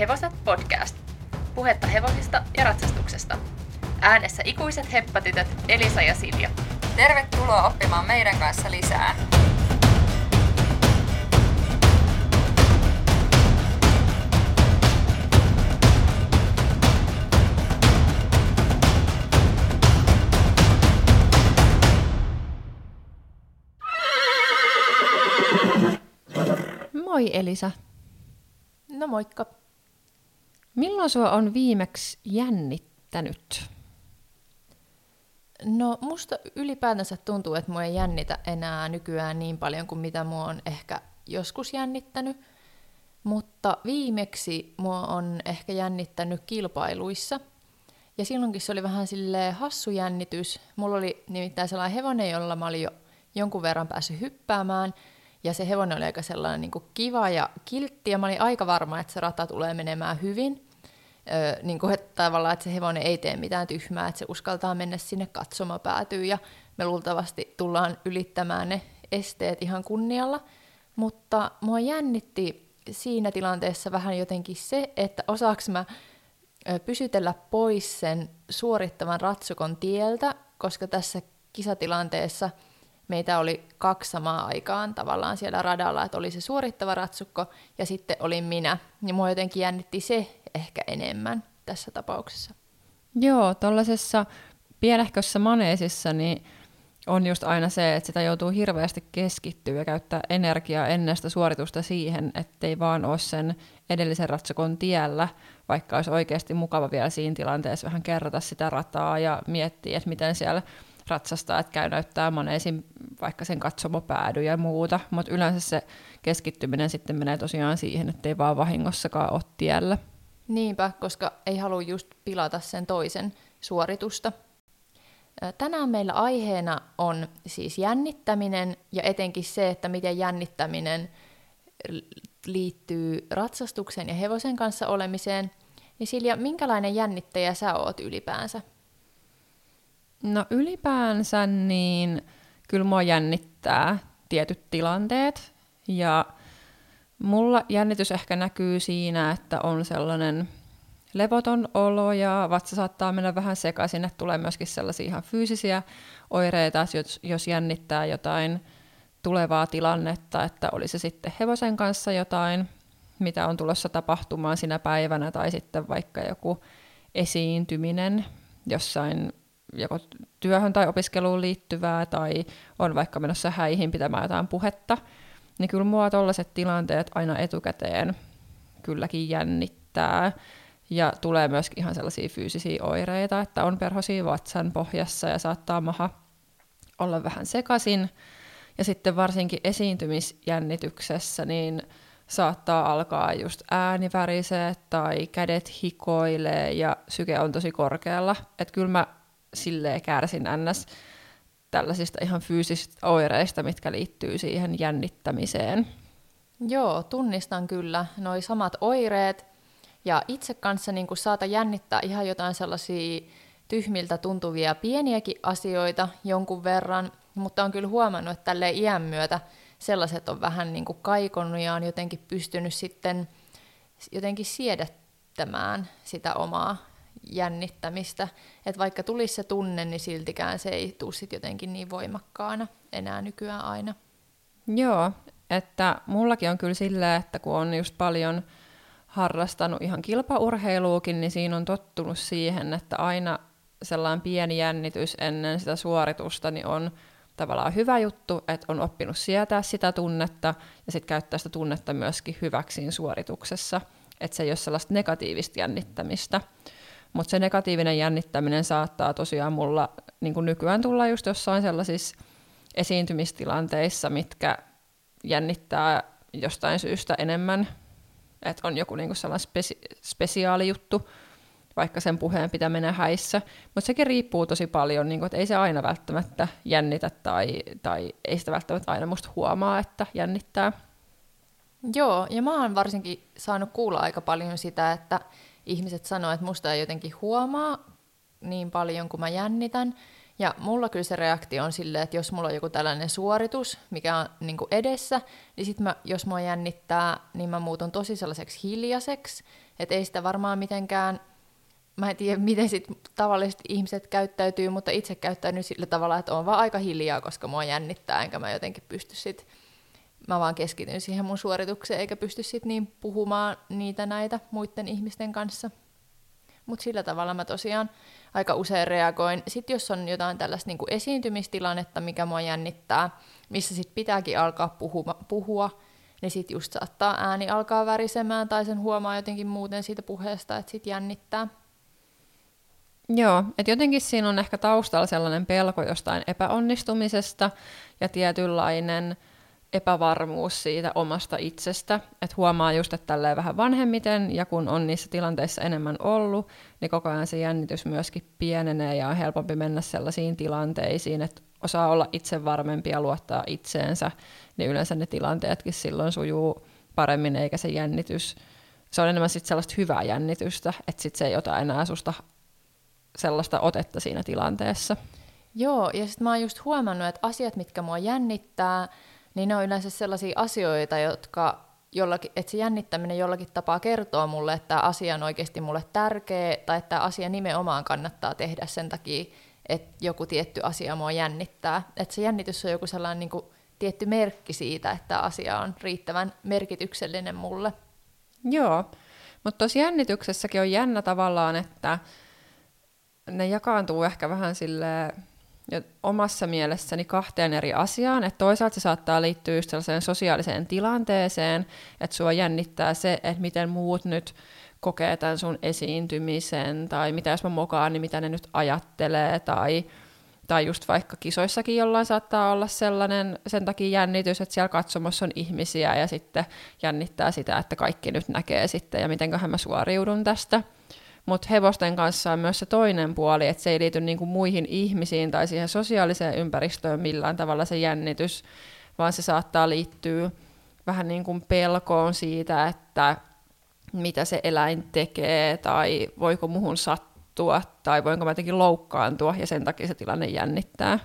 Hevoset podcast. Puhetta hevosista ja ratsastuksesta. Äänessä ikuiset heppatytöt Elisa ja Silja. Tervetuloa oppimaan meidän kanssa lisää. Moi Elisa. No moikka. Milloin sua on viimeksi jännittänyt? No musta ylipäätänsä tuntuu, että mua ei jännitä enää nykyään niin paljon kuin mitä mua on ehkä joskus jännittänyt. Mutta viimeksi mua on ehkä jännittänyt kilpailuissa. Ja silloinkin se oli vähän silleen hassu jännitys. Mulla oli nimittäin sellainen hevonen, jolla mä olin jo jonkun verran päässyt hyppäämään. Ja se hevonen oli aika sellainen niin kuin kiva ja kiltti, ja mä olin aika varma, että se rata tulee menemään hyvin. Niin kuin, että tavallaan, että se hevonen ei tee mitään tyhmää, että se uskaltaa mennä sinne katsomapäätyyn, ja me luultavasti tullaan ylittämään ne esteet ihan kunnialla. Mutta mua jännitti siinä tilanteessa vähän jotenkin se, että osaaks mä pysytellä pois sen suorittavan ratsukon tieltä, koska tässä kisatilanteessa meitä oli 2 samaan aikaan tavallaan siellä radalla, että oli se suorittava ratsukko ja sitten olin minä. Ja mua jotenkin jännitti se ehkä enemmän tässä tapauksessa. Joo, tuollaisessa pienehkössä maneesissa niin on just aina se, että sitä joutuu hirveästi keskittyä ja käyttää energiaa ennen sitä suoritusta siihen, ettei vaan ole sen edellisen ratsukon tiellä, vaikka olisi oikeasti mukava vielä siinä tilanteessa vähän kerrata sitä rataa ja miettiä, että miten siellä ratsastaa, että käy näyttää maneesin vaikka sen katsomopäädy ja muuta, mutta yleensä se keskittyminen sitten menee tosiaan siihen, ettei vaan vahingossakaan ole tiellä. Niinpä, koska ei halua just pilata sen toisen suoritusta. Tänään meillä aiheena on siis jännittäminen ja etenkin se, että miten jännittäminen liittyy ratsastuksen ja hevosen kanssa olemiseen. Niin Silja, minkälainen jännittäjä sä oot ylipäänsä? No ylipäänsä niin kyllä mua jännittää tietyt tilanteet ja mulla jännitys ehkä näkyy siinä, että on sellainen levoton olo ja vatsa saattaa mennä vähän sekaisin, että tulee myöskin sellaisia ihan fyysisiä oireita, jos jännittää jotain tulevaa tilannetta, että oli se sitten hevosen kanssa jotain, mitä on tulossa tapahtumaan sinä päivänä tai sitten vaikka joku esiintyminen jossain joko työhön tai opiskeluun liittyvää tai on vaikka menossa häihin pitämään jotain puhetta, niin kyllä mua tollaiset tilanteet aina etukäteen kylläkin jännittää. Ja tulee myöskin ihan sellaisia fyysisiä oireita, että on perhosia vatsan pohjassa ja saattaa maha olla vähän sekaisin. Ja sitten varsinkin esiintymisjännityksessä niin saattaa alkaa just ääni värisee tai kädet hikoilee ja syke on tosi korkealla. Että kyllä mä silleen kärsin ns. Tällaisista ihan fyysisistä oireista, mitkä liittyy siihen jännittämiseen. Joo, tunnistan kyllä noi samat oireet. Ja itse kanssa niin saata jännittää ihan jotain sellaisia tyhmiltä tuntuvia pieniäkin asioita jonkun verran, mutta on kyllä huomannut, että tälleen iän myötä sellaiset on vähän niin kuin kaikonnut ja on jotenkin pystynyt sitten jotenkin siedättämään sitä omaa jännittämistä. Että vaikka tulisi se tunne, niin siltikään se ei tule sit jotenkin niin voimakkaana enää nykyään aina. Joo, että mullakin on kyllä silleen, että kun on just paljon harrastanut ihan kilpaurheiluukin, niin siinä on tottunut siihen, että aina sellainen pieni jännitys ennen sitä suoritusta niin on tavallaan hyvä juttu, että on oppinut sietää sitä tunnetta ja sitten käyttää sitä tunnetta myöskin hyväksiin suorituksessa, että se ei ole sellaista negatiivista jännittämistä. Mutta se negatiivinen jännittäminen saattaa tosiaan mulla niin kuin nykyään tulla just jossain sellaisissa esiintymistilanteissa, mitkä jännittää jostain syystä enemmän, että on joku niin kuin sellainen spesiaali juttu, vaikka sen puheen pitää mennä häissä. Mutta sekin riippuu tosi paljon, niin kuin, että ei se aina välttämättä jännitä tai ei sitä välttämättä aina musta huomaa, että jännittää. Joo, ja mä oon varsinkin saanut kuulla aika paljon sitä, että ihmiset sanoo, että musta ei jotenkin huomaa niin paljon kuin mä jännitän. Ja mulla kyllä se reaktio on silleen, että jos mulla on joku tällainen suoritus, mikä on niin kuin edessä, niin sit jos mua jännittää, niin mä muutun tosi sellaiseksi hiljaiseksi. Että ei sitä varmaan mitenkään, mä en tiedä miten sit tavalliset ihmiset käyttäytyy, mutta itse käyttäydyn sillä tavalla, että on vaan aika hiljaa, koska mua jännittää, enkä mä jotenkin pysty sit, mä vaan keskityn siihen mun suoritukseen, eikä pysty sit niin puhumaan näitä muiden ihmisten kanssa. Mutta sillä tavalla mä tosiaan aika usein reagoin. Sitten jos on jotain tällaista niinku esiintymistilannetta, mikä mua jännittää, missä sit pitääkin alkaa puhua, niin sit just saattaa ääni alkaa värisemään tai sen huomaa jotenkin muuten siitä puheesta, että sit jännittää. Joo, että jotenkin siinä on ehkä taustalla sellainen pelko jostain epäonnistumisesta ja tietynlainen epävarmuus siitä omasta itsestä, että huomaa just, että tälleen vähän vanhemmiten ja kun on niissä tilanteissa enemmän ollut, niin koko ajan se jännitys myöskin pienenee ja on helpompi mennä sellaisiin tilanteisiin, että osaa olla itse varmempi ja luottaa itseensä, niin yleensä ne tilanteetkin silloin sujuu paremmin, eikä se jännitys, se on enemmän sitten sellaista hyvää jännitystä, että sitten se ei ota enää susta sellaista otetta siinä tilanteessa. Joo, ja sitten mä oon just huomannut, että asiat, mitkä mua jännittää, niin ne on yleensä sellaisia asioita, että se jännittäminen jollakin tapaa kertoo mulle, että tämä asia on oikeasti mulle tärkeä, tai että tämä asia nimenomaan kannattaa tehdä sen takia, että joku tietty asia mua jännittää. Että se jännitys on joku sellainen niin kuin tietty merkki siitä, että tämä asia on riittävän merkityksellinen mulle. Joo, mutta tuossa jännityksessäkin on jännä tavallaan, että ne jakaantuu ehkä vähän silleen omassa mielessäni kahteen eri asiaan, että toisaalta se saattaa liittyä just sellaiseen sosiaaliseen tilanteeseen, että sua jännittää se, että miten muut nyt kokee tämän sun esiintymisen, tai mitä jos mä mokaan, niin mitä ne nyt ajattelee, tai just vaikka kisoissakin jollain saattaa olla sellainen sen takia jännitys, että siellä katsomossa on ihmisiä ja sitten jännittää sitä, että kaikki nyt näkee sitten ja mitenköhän mä suoriudun tästä. Mutta hevosten kanssa on myös se toinen puoli, että se ei liity niinku muihin ihmisiin tai siihen sosiaaliseen ympäristöön millään tavalla se jännitys, vaan se saattaa liittyä vähän niin kuin pelkoon siitä, että mitä se eläin tekee tai voiko muhun sattua tai voinko mä jotenkin loukkaantua ja sen takia se tilanne jännittää.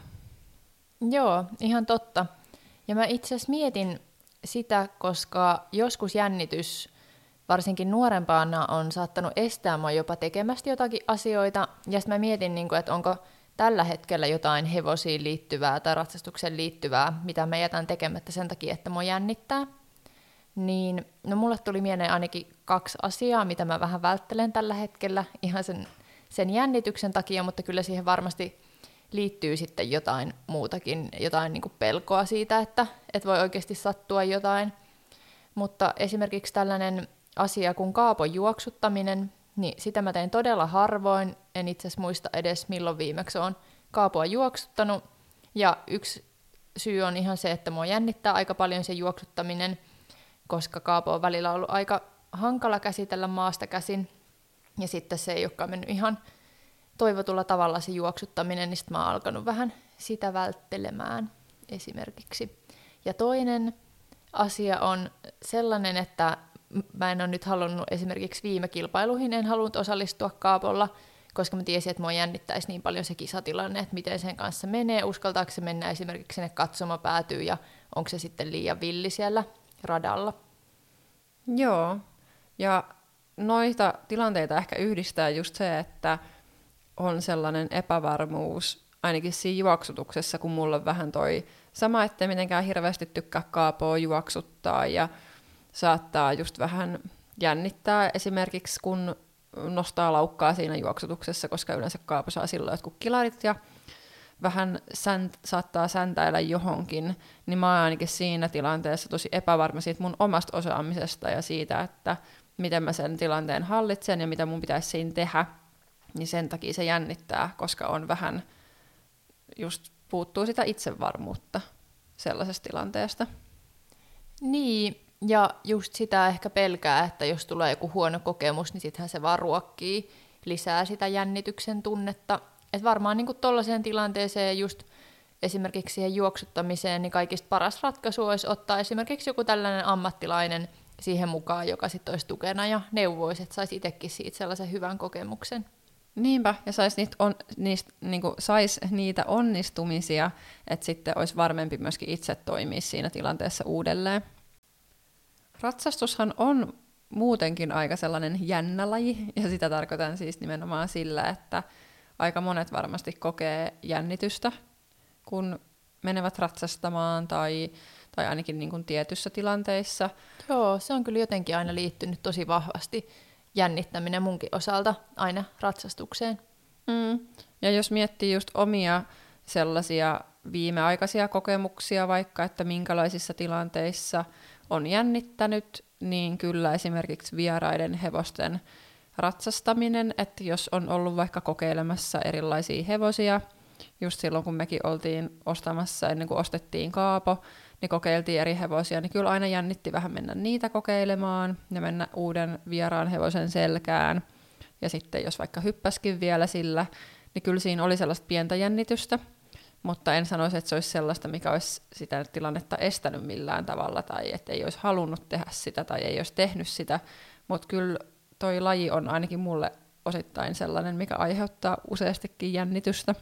Joo, ihan totta. Ja mä itse asiassa mietin sitä, koska joskus jännitys varsinkin nuorempana on saattanut estää mua jopa tekemästä jotakin asioita. Ja sitten mä mietin, että onko tällä hetkellä jotain hevosiin liittyvää tai ratsastukseen liittyvää, mitä mä jätän tekemättä sen takia, että mua jännittää. Niin, no mulle tuli mieleen ainakin 2 asiaa, mitä mä vähän välttelen tällä hetkellä ihan sen jännityksen takia, mutta kyllä siihen varmasti liittyy sitten jotain muutakin, jotain niin kuin pelkoa siitä, että voi oikeasti sattua jotain. Mutta esimerkiksi tällainen asia kuin kaapon juoksuttaminen, niin sitä mä teen todella harvoin, en itse asiassa muista edes milloin viimeksi olen kaapoa juoksuttanut, ja yksi syy on ihan se, että mua jännittää aika paljon se juoksuttaminen, koska kaapo on välillä ollut aika hankala käsitellä maasta käsin, ja sitten se ei olekaan mennyt ihan toivotulla tavalla se juoksuttaminen, niin sitten mä oon alkanut vähän sitä välttelemään esimerkiksi. Ja toinen asia on sellainen, että mä en ole nyt halunnut esimerkiksi viime kilpailuihin, en halunnut osallistua kaapolla, koska mä tiesin, että mua jännittäisi niin paljon se kisatilanne, että miten sen kanssa menee, uskaltaako se mennä esimerkiksi sinne katsomopäätyyn ja onko se sitten liian villi siellä radalla. Joo, ja noita tilanteita ehkä yhdistää just se, että on sellainen epävarmuus, ainakin siinä juoksutuksessa, kun mulla on vähän toi sama, ettei mitenkään hirveästi tykkää kaapoa juoksuttaa ja saattaa just vähän jännittää esimerkiksi, kun nostaa laukkaa siinä juoksutuksessa, koska yleensä kaapo saa silloin jotkut kilarit ja vähän saattaa säntäillä johonkin, niin mä oon ainakin siinä tilanteessa tosi epävarma siitä mun omasta osaamisesta ja siitä, että miten mä sen tilanteen hallitsen ja mitä mun pitäisi siinä tehdä, niin sen takia se jännittää, koska on vähän just puuttuu sitä itsevarmuutta sellaisesta tilanteesta. Niin, ja just sitä ehkä pelkää, että jos tulee joku huono kokemus, niin sittenhän se vaan ruokkii lisää sitä jännityksen tunnetta. Että varmaan niin tuollaiseen tilanteeseen just esimerkiksi siihen juoksuttamiseen, niin kaikista paras ratkaisu olisi ottaa esimerkiksi joku tällainen ammattilainen siihen mukaan, joka sitten olisi tukena ja neuvoisi, että saisi itsekin siitä sellaisen hyvän kokemuksen. Niinpä, ja sais niitä onnistumisia, että sitten olisi varmempi myöskin itse toimia siinä tilanteessa uudelleen. Ratsastushan on muutenkin aika sellainen jännä laji, ja sitä tarkoitan siis nimenomaan sillä, että aika monet varmasti kokee jännitystä, kun menevät ratsastamaan tai ainakin niin kuin tietyissä tilanteissa. Joo, se on kyllä jotenkin aina liittynyt tosi vahvasti jännittäminen munkin osalta aina ratsastukseen. Ja jos miettii just omia sellaisia viimeaikaisia kokemuksia vaikka, että minkälaisissa tilanteissa on jännittänyt, niin kyllä esimerkiksi vieraiden hevosten ratsastaminen, että jos on ollut vaikka kokeilemassa erilaisia hevosia, just silloin kun mekin oltiin ostamassa ennen kuin ostettiin Kaapo, niin kokeiltiin eri hevosia, niin kyllä aina jännitti vähän mennä niitä kokeilemaan ja mennä uuden vieraan hevosen selkään. Ja sitten jos vaikka hyppäskin vielä sillä, niin kyllä siinä oli sellaista pientä jännitystä, mutta en sanoisi, että se olisi sellaista, mikä olisi sitä tilannetta estänyt millään tavalla, tai että ei olisi halunnut tehdä sitä, tai ei olisi tehnyt sitä, mutta kyllä toi laji on ainakin mulle osittain sellainen, mikä aiheuttaa useastikin jännitystä.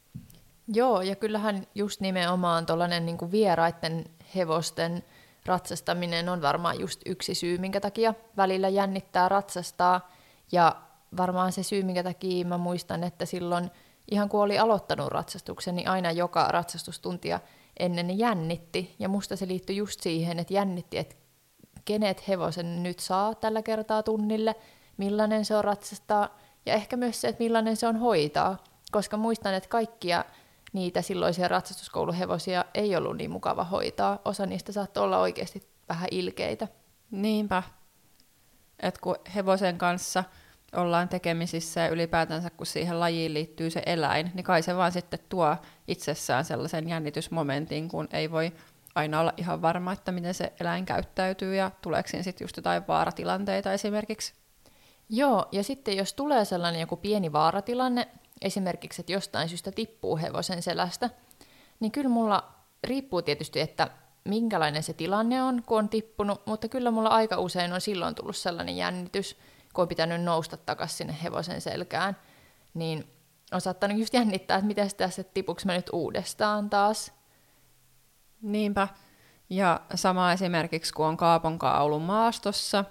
Joo, ja kyllähän just nimenomaan tuollainen niin kuin vieraiden hevosten ratsastaminen on varmaan just yksi syy, minkä takia välillä jännittää ratsastaa, ja varmaan se syy, minkä takia mä muistan, että silloin ihan kun oli aloittanut ratsastuksen, niin aina joka ratsastustuntia ennen jännitti. Ja musta se liittyi just siihen, että jännitti, että kenet hevosen nyt saa tällä kertaa tunnille, millainen se on ratsastaa, ja ehkä myös se, että millainen se on hoitaa. Koska muistan, että kaikkia niitä silloisia ratsastuskouluhevosia ei ollut niin mukava hoitaa. Osa niistä saattoi olla oikeasti vähän ilkeitä. Niinpä. Että kun hevosen kanssa ollaan tekemisissä ja ylipäätänsä kun siihen lajiin liittyy se eläin, niin kai se vaan sitten tuo itsessään sellaisen jännitysmomentin, kun ei voi aina olla ihan varma, että miten se eläin käyttäytyy ja tuleeko siinä sitten just jotain vaaratilanteita esimerkiksi. Joo, ja sitten jos tulee sellainen joku pieni vaaratilanne, esimerkiksi, että jostain syystä tippuu hevosen selästä, niin kyllä mulla riippuu tietysti, että minkälainen se tilanne on, kun on tippunut, mutta kyllä mulla aika usein on silloin tullut sellainen jännitys, kun on pitänyt nousta takaisin sinne hevosen selkään, niin on saattanut just jännittää, että miten tässä tipuks mä nyt uudestaan taas. Niinpä. Ja sama esimerkiksi, kun on Kaaponkaan ollut maastossa,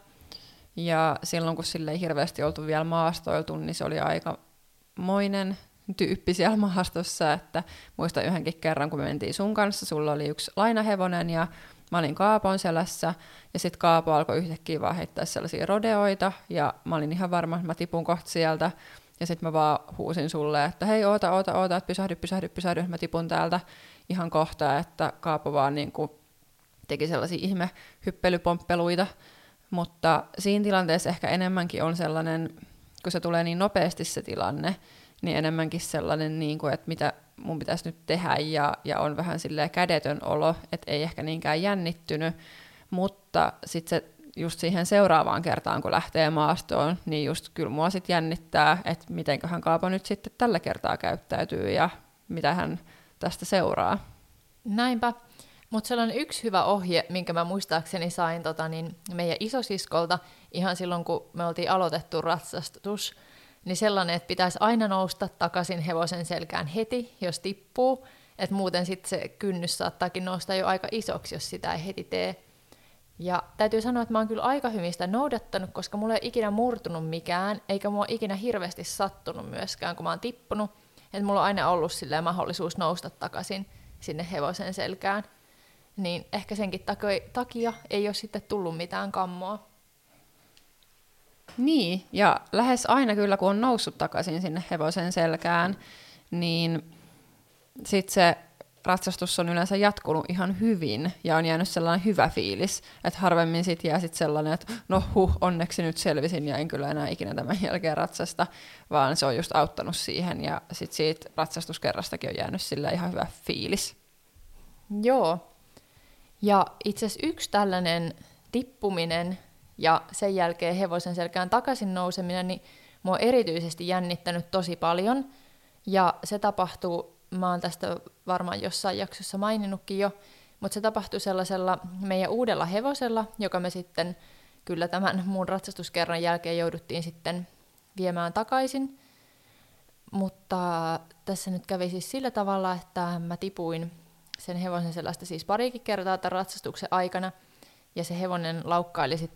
ja silloin kun sille ei hirveästi oltu vielä maastoiltu, niin se oli aikamoinen tyyppi siellä maastossa, että muistan yhdenkin kerran, kun me mentiin sun kanssa, sulla oli yksi lainahevonen ja mä olin Kaapon selässä, ja sitten Kaapo alkoi yhtäkkiä vaan heittää sellaisia rodeoita, ja mä olin ihan varma, että mä tipun kohta sieltä, ja sitten mä vaan huusin sulle, että hei, oota, että pysähdy, mä tipun täältä ihan kohta, että Kaapo vaan niin kuin teki sellaisia ihme hyppelypomppeluita, mutta siinä tilanteessa ehkä enemmänkin on sellainen, kun se tulee niin nopeasti se tilanne, niin enemmänkin sellainen, niin kuin, että mitä mun pitäisi nyt tehdä, ja on vähän silleen kädetön olo, että ei ehkä niinkään jännittynyt, mutta sitten se just siihen seuraavaan kertaan, kun lähtee maastoon, niin just kyllä mua sitten jännittää, että mitenköhän Kaapo nyt sitten tällä kertaa käyttäytyy, ja mitä hän tästä seuraa. Näinpä. Mutta sellainen yksi hyvä ohje, minkä mä muistaakseni sain meidän isosiskolta ihan silloin, kun me oltiin aloitettu ratsastus, niin sellainen, että pitäisi aina nousta takaisin hevosen selkään heti, jos tippuu, että muuten sitten se kynnys saattaakin nousta jo aika isoksi, jos sitä ei heti tee. Ja täytyy sanoa, että mä oon kyllä aika hyvin sitä noudattanut, koska mulla ei ikinä murtunut mikään, eikä mua ikinä hirveästi sattunut myöskään, kun mä oon tippunut, että mulla on aina ollut silleen mahdollisuus nousta takaisin sinne hevosen selkään. Niin ehkä senkin takia ei ole sitten tullut mitään kammoa. Niin, ja lähes aina kyllä, kun on noussut takaisin sinne hevosen selkään, niin sitten se ratsastus on yleensä jatkunut ihan hyvin, ja on jäänyt sellainen hyvä fiilis, että harvemmin sitten jää sit sellainen, että no onneksi nyt selvisin, ja en kyllä enää ikinä tämän jälkeen ratsasta, vaan se on just auttanut siihen, ja sitten siitä ratsastuskerrastakin on jäänyt sillä ihan hyvä fiilis. Joo. Ja itse asiassa yksi tällainen tippuminen ja sen jälkeen hevosen selkään takaisin nouseminen, niin mua on erityisesti jännittänyt tosi paljon. Ja se tapahtuu, mä oon tästä varmaan jossain jaksossa maininnutkin jo, mutta se tapahtui sellaisella meidän uudella hevosella, joka me sitten kyllä tämän muun ratsastuskerran jälkeen jouduttiin sitten viemään takaisin. Mutta tässä nyt kävi siis sillä tavalla, että mä tipuin sen hevosen sellaista siis parikin kertaa tämän ratsastuksen aikana, ja se hevonen laukkaili sitten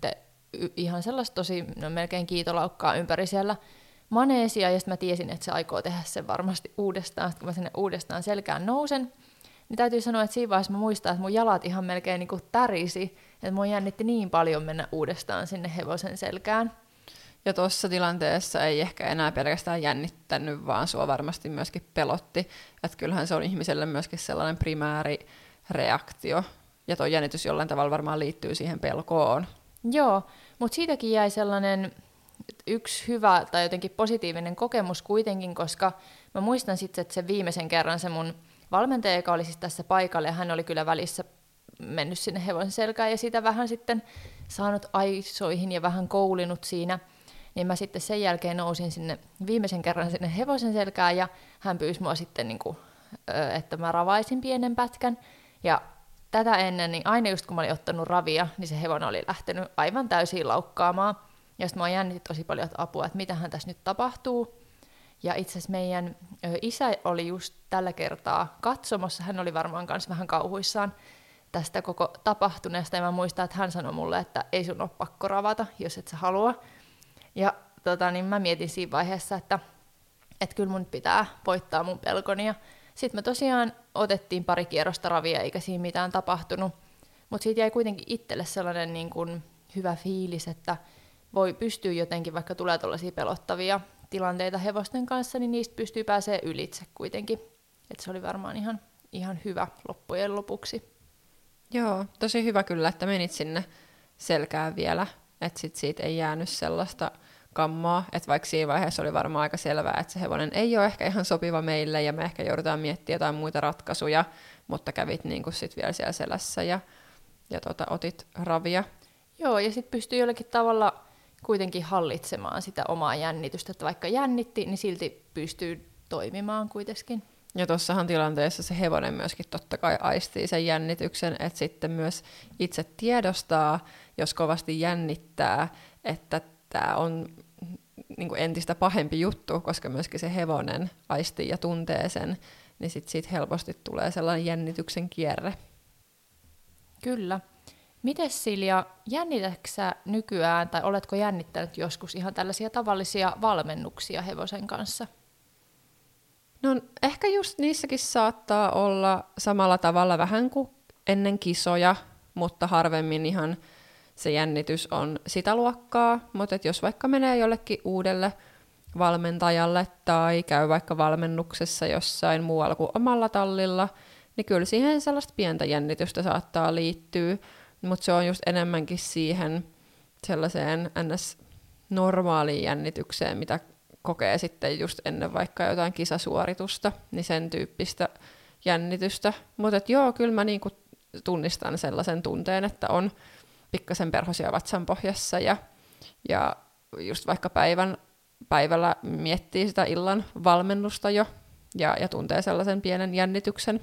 ihan sellaista tosi, no melkein kiitolaukkaa ympäri siellä maneesia, ja sitten mä tiesin, että se aikoo tehdä sen varmasti uudestaan. Sitten kun mä sinne uudestaan selkään nousen, niin täytyy sanoa, että siinä vaiheessa mä muistan, että mun jalat ihan melkein niin kuin tärisi, että mun jännitti niin paljon mennä uudestaan sinne hevosen selkään. Ja tuossa tilanteessa ei ehkä enää pelkästään jännittänyt, vaan sua varmasti myöskin pelotti. Että kyllähän se on ihmiselle myöskin sellainen primäärireaktio. Ja tuo jännitys jollain tavalla varmaan liittyy siihen pelkoon. Joo, mutta siitäkin jäi sellainen yksi hyvä tai jotenkin positiivinen kokemus kuitenkin, koska mä muistan sitten, että sen viimeisen kerran se mun valmentaja, joka oli siis tässä paikalla, ja hän oli kyllä välissä mennyt sinne hevosen selkään ja sitä vähän sitten saanut aisoihin ja vähän koulinut siinä, niin mä sitten sen jälkeen nousin sinne viimeisen kerran sinne hevosen selkään, ja hän pyysi mua sitten, niin kuin, että mä ravaisin pienen pätkän, ja tätä ennen, niin aina just kun mä olin ottanut ravia, niin se hevonen oli lähtenyt aivan täysin laukkaamaan, ja sitten mua jännitti tosi paljon että apua, että mitähän tässä nyt tapahtuu. Ja itse asiassa meidän isä oli just tällä kertaa katsomassa, hän oli varmaan kanssa vähän kauhuissaan tästä koko tapahtuneesta, ja mä muistan, että hän sanoi mulle, että ei sun ole pakko ravata, jos et sä halua. Ja niin mä mietin siinä vaiheessa, että kyllä mun pitää voittaa mun pelkoni, ja sitten me tosiaan otettiin pari kierrosta ravia, eikä siinä mitään tapahtunut, mutta siitä jäi kuitenkin itselle sellainen niin kuin hyvä fiilis, että voi pystyä jotenkin, vaikka tulee tuollaisia pelottavia tilanteita hevosten kanssa, niin niistä pystyy pääsemään ylitse kuitenkin. Et se oli varmaan ihan hyvä loppujen lopuksi. Joo, tosi hyvä kyllä, että menit sinne selkään vielä, että sit siitä ei jäänyt sellaista kammoa, että vaikka siinä vaiheessa oli varmaan aika selvää, että se hevonen ei ole ehkä ihan sopiva meille ja me ehkä joudutaan miettimään jotain muita ratkaisuja, mutta kävit niin kuin sit vielä siellä selässä ja otit ravia. Joo, ja sitten pystyy jollakin tavalla kuitenkin hallitsemaan sitä omaa jännitystä, että vaikka jännitti, niin silti pystyy toimimaan kuitenkin. Ja tuossahan tilanteessa se hevonen myöskin totta kai aistii sen jännityksen, että sitten myös itse tiedostaa, jos kovasti jännittää, että tämä on niin kuin entistä pahempi juttu, koska myöskin se hevonen aistii ja tuntee sen, niin sitten siitä helposti tulee sellainen jännityksen kierre. Kyllä. Mites Silja, jännitätkö sä nykyään, tai oletko jännittänyt joskus ihan tällaisia tavallisia valmennuksia hevosen kanssa? No ehkä just niissäkin saattaa olla samalla tavalla vähän kuin ennen kisoja, mutta harvemmin ihan se jännitys on sitä luokkaa, mutta jos vaikka menee jollekin uudelle valmentajalle tai käy vaikka valmennuksessa jossain muualla kuin omalla tallilla, niin kyllä siihen sellaista pientä jännitystä saattaa liittyä, mutta se on just enemmänkin siihen sellaiseen ns-normaaliin jännitykseen, mitä kokee sitten just ennen vaikka jotain kisasuoritusta, niin sen tyyppistä jännitystä. Mutta joo, kyllä mä niinku tunnistan sellaisen tunteen, että on pikkasen perhosia vatsan pohjassa ja just vaikka päivällä miettii sitä illan valmennusta jo ja tuntee sellaisen pienen jännityksen.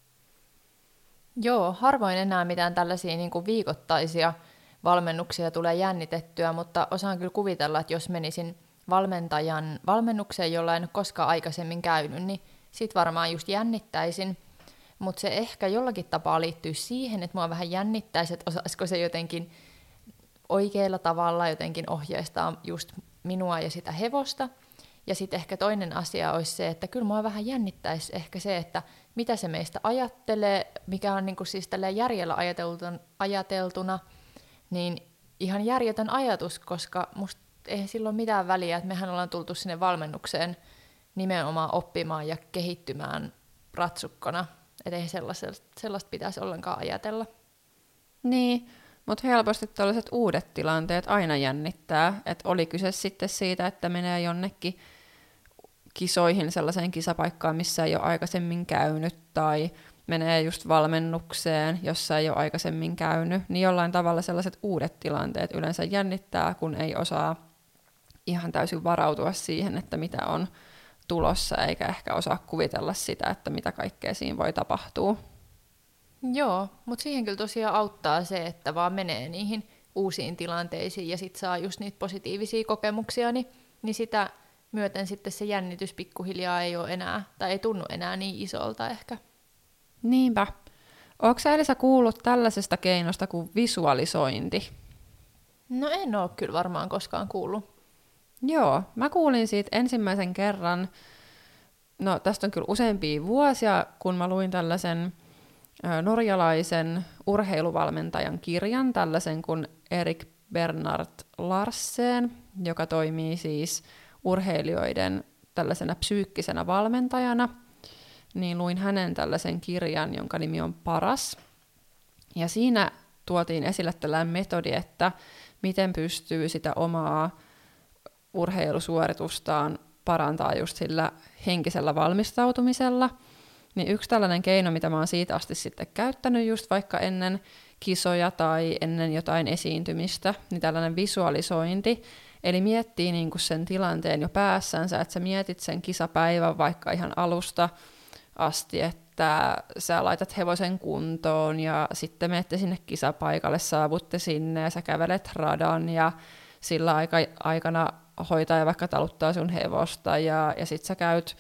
Joo, harvoin enää mitään tällaisia niin kuin viikoittaisia valmennuksia tulee jännitettyä, mutta osaan kyllä kuvitella, että jos menisin valmentajan valmennukseen, jolla en ole koskaan aikaisemmin käynyt, niin sit varmaan just jännittäisin. Mutta se ehkä jollakin tapaa liittyy siihen, että mua vähän jännittäisi, että osaisiko se jotenkin oikealla tavalla jotenkin ohjeistaa just minua ja sitä hevosta. Ja sitten ehkä toinen asia olisi se, että kyllä mua vähän jännittäisi ehkä se, että mitä se meistä ajattelee, mikä on niinku siis tälleen järjellä ajateltuna, niin ihan järjetön ajatus, koska musta ei silloin mitään väliä, että mehän ollaan tultu sinne valmennukseen nimenomaan oppimaan ja kehittymään ratsukkona. Että ei sellaista pitäisi ollenkaan ajatella. Niin, mutta helposti tällaiset uudet tilanteet aina jännittää. Että oli kyse sitten siitä, että menee jonnekin kisoihin sellaiseen kisapaikkaan, missä ei ole aikaisemmin käynyt, tai menee just valmennukseen, jossa ei ole aikaisemmin käynyt, niin jollain tavalla sellaiset uudet tilanteet yleensä jännittää, kun ei osaa ihan täysin varautua siihen, että mitä on tulossa, eikä ehkä osaa kuvitella sitä, että mitä kaikkea siinä voi tapahtua. Joo, mutta siihen kyllä tosiaan auttaa se, että vaan menee niihin uusiin tilanteisiin ja sit saa just niitä positiivisia kokemuksia, niin sitä myöten sitten se jännitys pikkuhiljaa ei ole enää, tai ei tunnu enää niin isolta ehkä. Niinpä. Ootko sä Elisa kuullut tällaisesta keinosta kuin visualisointi? No en ole kyllä varmaan koskaan kuullut. Joo, mä kuulin siitä ensimmäisen kerran, no tästä on kyllä useampia vuosia, kun mä luin tällaisen norjalaisen urheiluvalmentajan kirjan, tällaisen kuin Erik Bernhard Larsen, joka toimii siis urheilijoiden tällaisena psyykkisenä valmentajana, niin luin hänen tällaisen kirjan, jonka nimi on Paras. Ja siinä tuotiin esille tällainen metodi, että miten pystyy sitä omaa urheilusuoritustaan parantaa just sillä henkisellä valmistautumisella. Niin yksi tällainen keino, mitä mä oon siitä asti sitten käyttänyt just vaikka ennen kisoja tai ennen jotain esiintymistä, niin tällainen visualisointi, eli miettii niinku sen tilanteen jo päässänsä, että sä mietit sen kisapäivän vaikka ihan alusta asti, että sä laitat hevosen kuntoon ja sitten menette sinne kisapaikalle, saavutte sinne ja sä kävelet radan ja sillä aikana hoitaja vaikka taluttaa sun hevosta ja sit sä käyt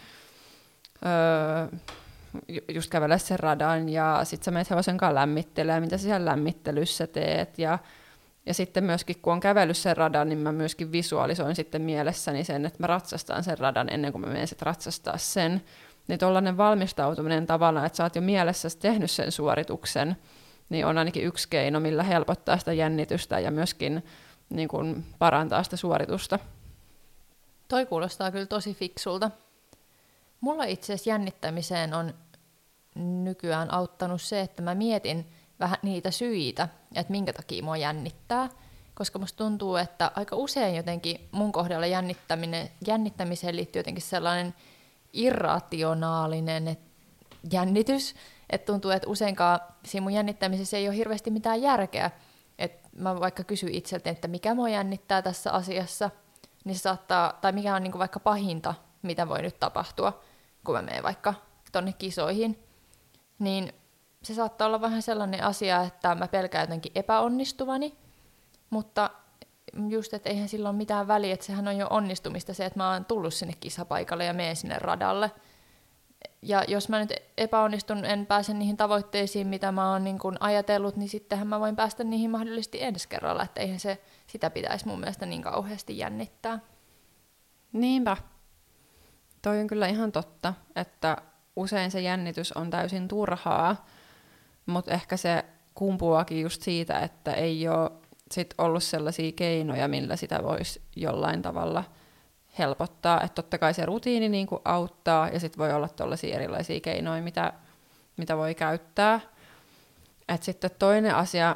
just kävelee sen radan ja sit sä menet hevosen kanssa lämmittelemään, mitä sä siellä lämmittelyssä teet ja sitten myöskin kun on kävellyt sen radan, niin mä myöskin visualisoin sitten mielessäni sen, että mä ratsastan sen radan ennen kuin mä menen sit ratsastaa sen. Niin tollainen valmistautuminen tavallaan, että sä oot jo mielessä tehnyt sen suorituksen, niin on ainakin yksi keino, millä helpottaa sitä jännitystä ja myöskin niin kun parantaa sitä suoritusta. Toi kuulostaa kyllä tosi fiksulta. Mulla itse asiassa jännittämiseen on nykyään auttanut se, että mä mietin vähän niitä syitä, että minkä takia mua jännittää, koska musta tuntuu, että aika usein jotenkin mun kohdalla jännittämiseen liittyy jotenkin sellainen irrationaalinen jännitys, että tuntuu, että useinkaan siinä mun jännittämisessä ei ole hirveästi mitään järkeä. Että mä vaikka kysyn itseltäni, että mikä mua jännittää tässä asiassa, niin se saattaa, tai mikä on niin kuin vaikka pahinta, mitä voi nyt tapahtua, kun mä menen vaikka tonne kisoihin, niin se saattaa olla vähän sellainen asia, että mä pelkään jotenkin epäonnistuvani, mutta just, että eihän sillä ole mitään väliä, että sehän on jo onnistumista se, että mä oon tullut sinne kisapaikalle ja menen sinne radalle. Ja jos mä nyt epäonnistun, en pääse niihin tavoitteisiin, mitä mä oon niin kun ajatellut, niin sittenhän mä voin päästä niihin mahdollisesti ensi kerralla, että eihän se sitä pitäisi mun mielestä niin kauheasti jännittää. Niinpä. Toi on kyllä ihan totta, että usein se jännitys on täysin turhaa, mutta ehkä se kumpuakin just siitä, että ei ole sit ollut sellaisia keinoja, millä sitä voisi jollain tavalla helpottaa. Että totta kai se rutiini niin kuin auttaa, ja sitten voi olla tollaisia erilaisia keinoja, mitä voi käyttää. Et sitten toinen asia,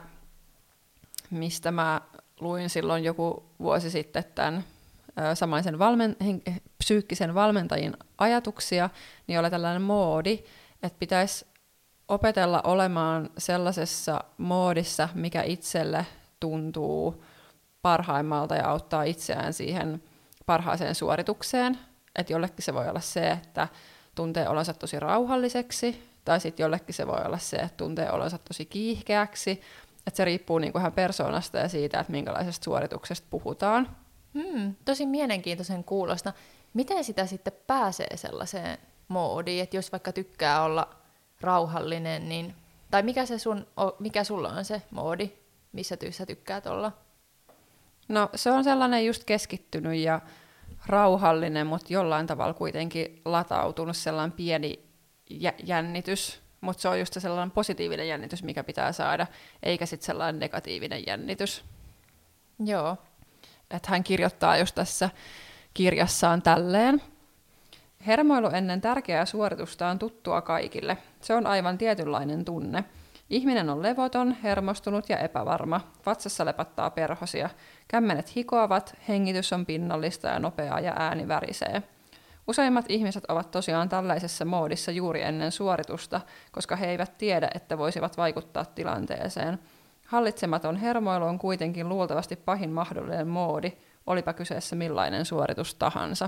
mistä mä luin silloin joku vuosi sitten tämän samaisen psyykkisen valmentajin ajatuksia, niin oli tällainen moodi, että pitäisi opetella olemaan sellaisessa moodissa, mikä itselle tuntuu parhaimmalta ja auttaa itseään siihen parhaaseen suoritukseen. Että jollekin se voi olla se, että tuntee olonsa tosi rauhalliseksi, tai sitten jollekin se voi olla se, että tuntee olonsa tosi kiihkeäksi. Että se riippuu niinku ihan persoonasta ja siitä, että minkälaisesta suorituksesta puhutaan. Tosi mielenkiintoisen kuulosta. Miten sitä sitten pääsee sellaiseen moodiin, että jos vaikka tykkää olla rauhallinen, niin, tai mikä sulla on se moodi, missä sä tykkäät olla? No se on sellainen just keskittynyt ja rauhallinen, mutta jollain tavalla kuitenkin latautunut sellainen pieni jännitys, mutta se on just sellainen positiivinen jännitys, mikä pitää saada, eikä sitten sellainen negatiivinen jännitys. Joo. Että hän kirjoittaa just tässä kirjassaan tälleen. Hermoilu ennen tärkeää suoritusta on tuttua kaikille. Se on aivan tietynlainen tunne. Ihminen on levoton, hermostunut ja epävarma. Vatsassa lepattaa perhosia. Kämmenet hikoavat, hengitys on pinnallista ja nopeaa ja ääni värisee. Useimmat ihmiset ovat tosiaan tällaisessa moodissa juuri ennen suoritusta, koska he eivät tiedä, että voisivat vaikuttaa tilanteeseen. Hallitsematon hermoilu on kuitenkin luultavasti pahin mahdollinen moodi, olipa kyseessä millainen suoritus tahansa.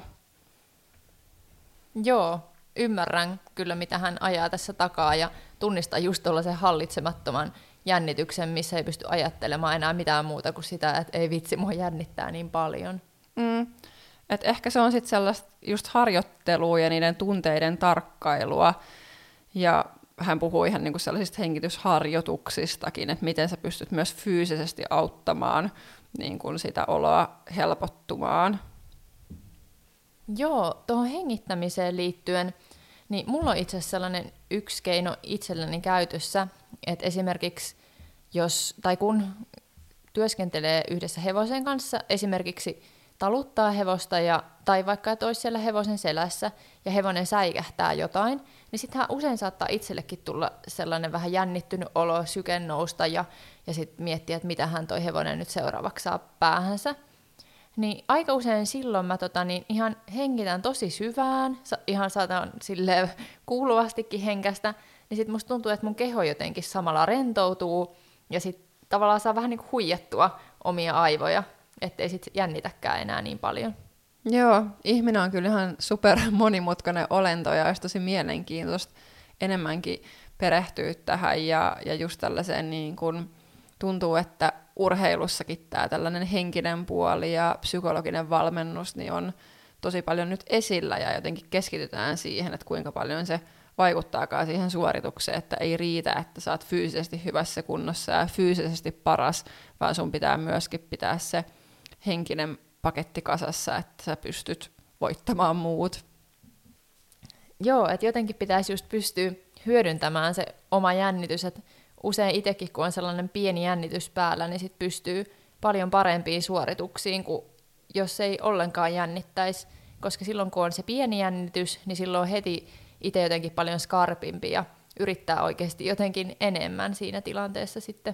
Joo, ymmärrän kyllä mitä hän ajaa tässä takaa ja tunnistaa just tuollaisen hallitsemattoman jännityksen, missä ei pysty ajattelemaan enää mitään muuta kuin sitä, että ei vitsi, mua jännittää niin paljon. Et ehkä se on sitten sellaista just harjoittelua ja niiden tunteiden tarkkailua. Ja hän puhuu ihan niinku sellaisista hengitysharjoituksistakin, että miten sä pystyt myös fyysisesti auttamaan niin kuin sitä oloa helpottumaan. Joo, tuohon hengittämiseen liittyen, niin mulla on itse asiassa sellainen yksi keino itselläni käytössä, että esimerkiksi kun työskentelee yhdessä hevosen kanssa, esimerkiksi taluttaa hevosta tai vaikka että olisi siellä hevosen selässä ja hevonen säikähtää jotain, niin sittenhän usein saattaa itsellekin tulla sellainen vähän jännittynyt olo, syke nousta ja sitten miettiä, että mitähän toi hevonen nyt seuraavaksi saa päähänsä. Niin aika usein silloin mä ihan hengitän tosi syvään, ihan saatan silleen kuuluvastikin henkästä, niin sit musta tuntuu, että mun keho jotenkin samalla rentoutuu ja sit tavallaan saa vähän niin kuin huijattua omia aivoja, ettei sit jännitäkään enää niin paljon. Joo, ihminen on kyllä ihan super monimutkainen olento ja olisi tosi mielenkiintoista enemmänkin perehtyä tähän ja just tällaiseen niin kuin tuntuu, että urheilussakin tämä tällainen henkinen puoli ja psykologinen valmennus niin on tosi paljon nyt esillä ja jotenkin keskitytään siihen, että kuinka paljon se vaikuttaakaan siihen suoritukseen, että ei riitä, että sä oot fyysisesti hyvässä kunnossa ja fyysisesti paras, vaan sun pitää myöskin pitää se henkinen paketti kasassa, että sä pystyt voittamaan muut. Joo, että jotenkin pitäisi just pystyä hyödyntämään se oma jännitys, että usein itsekin, kun on sellainen pieni jännitys päällä, niin sit pystyy paljon parempiin suorituksiin kuin jos ei ollenkaan jännittäisi, koska silloin kun on se pieni jännitys, niin silloin on heti itse jotenkin paljon skarpimpi ja yrittää oikeasti jotenkin enemmän siinä tilanteessa sitten.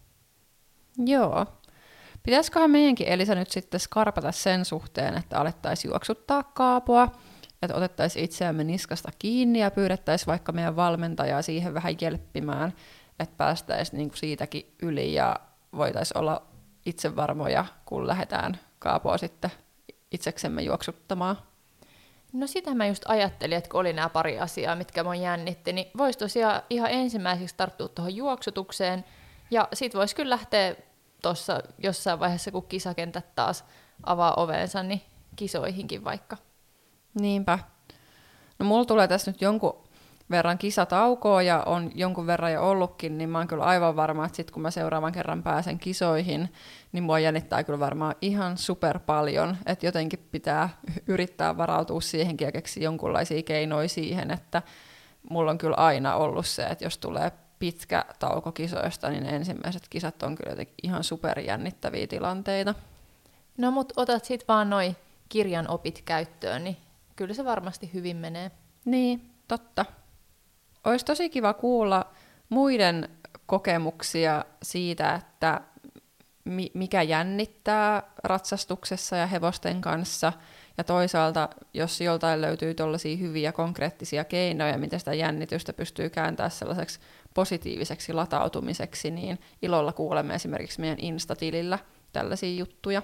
Joo. Pitäisiköhän meidänkin Elisa nyt sitten skarpata sen suhteen, että alettaisiin juoksuttaa kaapoa, että otettaisiin itseämme niskasta kiinni ja pyydettäisiin vaikka meidän valmentajaa siihen vähän jelppimään, että päästäisiin niinku siitäkin yli ja voitaisiin olla itsevarmoja, kun lähdetään kaapoa sitten itseksemme juoksuttamaan. No sitä mä just ajattelin, että kun oli nämä pari asiaa, mitkä mun jännitti, niin voisi tosiaan ihan ensimmäiseksi tarttua tuohon juoksutukseen, ja sit voisi kyllä lähteä tuossa jossain vaiheessa, kun kisakentät taas avaa ovensa, niin kisoihinkin vaikka. Niinpä. No mulla tulee tässä nyt jonkun verran kisataukoa ja on jonkun verran jo ollutkin, niin mä oon kyllä aivan varma, että sit kun mä seuraavan kerran pääsen kisoihin, niin mua jännittää kyllä varmaan ihan super paljon, että jotenkin pitää yrittää varautua siihenkin ja keksiä jonkunlaisia keinoja siihen, että mulla on kyllä aina ollut se, että jos tulee pitkä tauko kisoista, niin ensimmäiset kisat on kyllä jotenkin ihan superjännittäviä tilanteita. No mut otat sit vaan noi kirjan opit käyttöön, niin kyllä se varmasti hyvin menee. Niin, totta. Olisi tosi kiva kuulla muiden kokemuksia siitä, että mikä jännittää ratsastuksessa ja hevosten kanssa, ja toisaalta, jos joltain löytyy tuollaisia hyviä konkreettisia keinoja, miten sitä jännitystä pystyy kääntämään sellaiseksi positiiviseksi latautumiseksi, niin ilolla kuulemme esimerkiksi meidän Insta-tilillä tällaisia juttuja.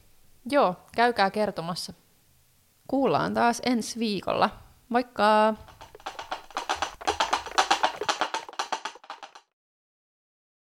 Joo, käykää kertomassa. Kuullaan taas ensi viikolla. Moikka!